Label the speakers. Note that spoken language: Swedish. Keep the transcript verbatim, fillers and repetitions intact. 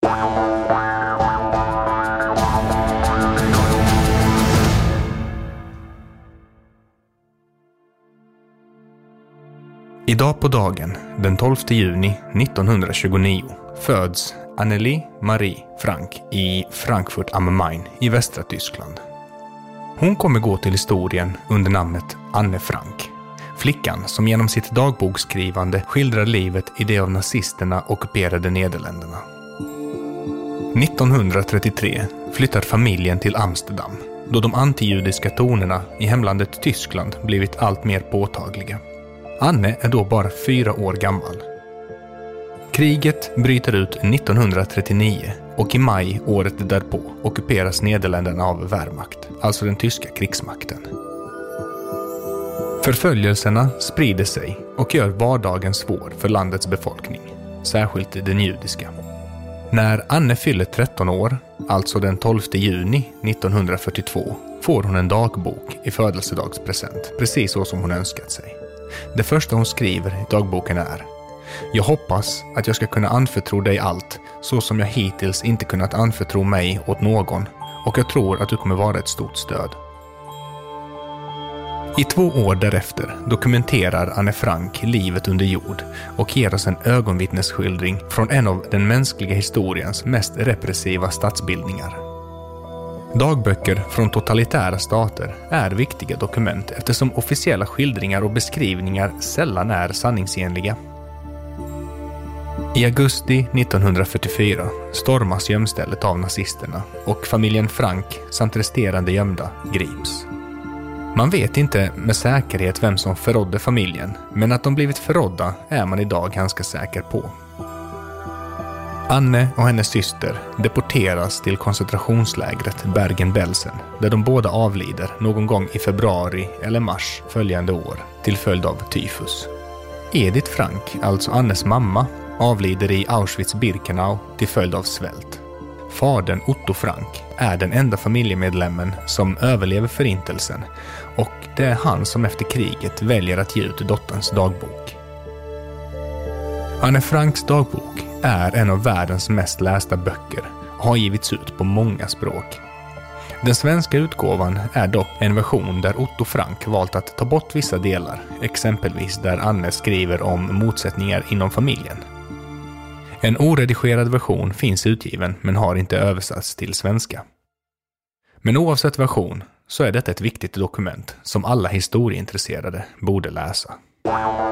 Speaker 1: Idag på dagen, den tolfte juni nittonhundratjugonio, föds Annelie Marie Frank i Frankfurt am Main i västra Tyskland. Hon kommer gå till historien under namnet Anne Frank, flickan som genom sitt dagboksskrivande skildrar livet i de av nazisterna ockuperade Nederländerna. nittonhundratrettiotre flyttar familjen till Amsterdam, då de antijudiska tonerna i hemlandet Tyskland blivit allt mer påtagliga. Anne är då bara fyra år gammal. Kriget bryter ut nittonhundratrettionio och i maj året därpå ockuperas Nederländerna av Wehrmacht, alltså den tyska krigsmakten. Förföljelserna sprider sig och gör vardagen svår för landets befolkning, särskilt den judiska. När Anne fyller tretton år, alltså den tolfte juni nittonhundrafyrtiotvå, får hon en dagbok i födelsedagspresent, precis så som hon önskat sig. Det första hon skriver i dagboken är: Jag hoppas att jag ska kunna anförtro dig allt så som jag hittills inte kunnat anförtro mig åt någon, och jag tror att du kommer vara ett stort stöd. I två år därefter dokumenterar Anne Frank livet under jord och ger oss en ögonvittnesskildring från en av den mänskliga historiens mest repressiva statsbildningar. Dagböcker från totalitära stater är viktiga dokument eftersom officiella skildringar och beskrivningar sällan är sanningsenliga. I augusti nittonhundrafyrtiofyra stormas gömstället av nazisterna och familjen Frank samt resterande gömda grips. Man vet inte med säkerhet vem som förrådde familjen, men att de blivit förrådda är man idag ganska säker på. Anne och hennes syster deporteras till koncentrationslägret Bergen-Belsen, där de båda avlider någon gång i februari eller mars följande år till följd av tyfus. Edith Frank, alltså Annes mamma, avlider i Auschwitz-Birkenau till följd av svält. Fadern Otto Frank är den enda familjemedlemmen som överlever förintelsen, och det är han som efter kriget väljer att ge ut dotterns dagbok. Anne Franks dagbok är en av världens mest lästa böcker och har givits ut på många språk. Den svenska utgåvan är dock en version där Otto Frank valt att ta bort vissa delar, exempelvis där Anne skriver om motsättningar inom familjen. En oredigerad version finns utgiven men har inte översatts till svenska. Men oavsett version så är detta ett viktigt dokument som alla historieintresserade borde läsa.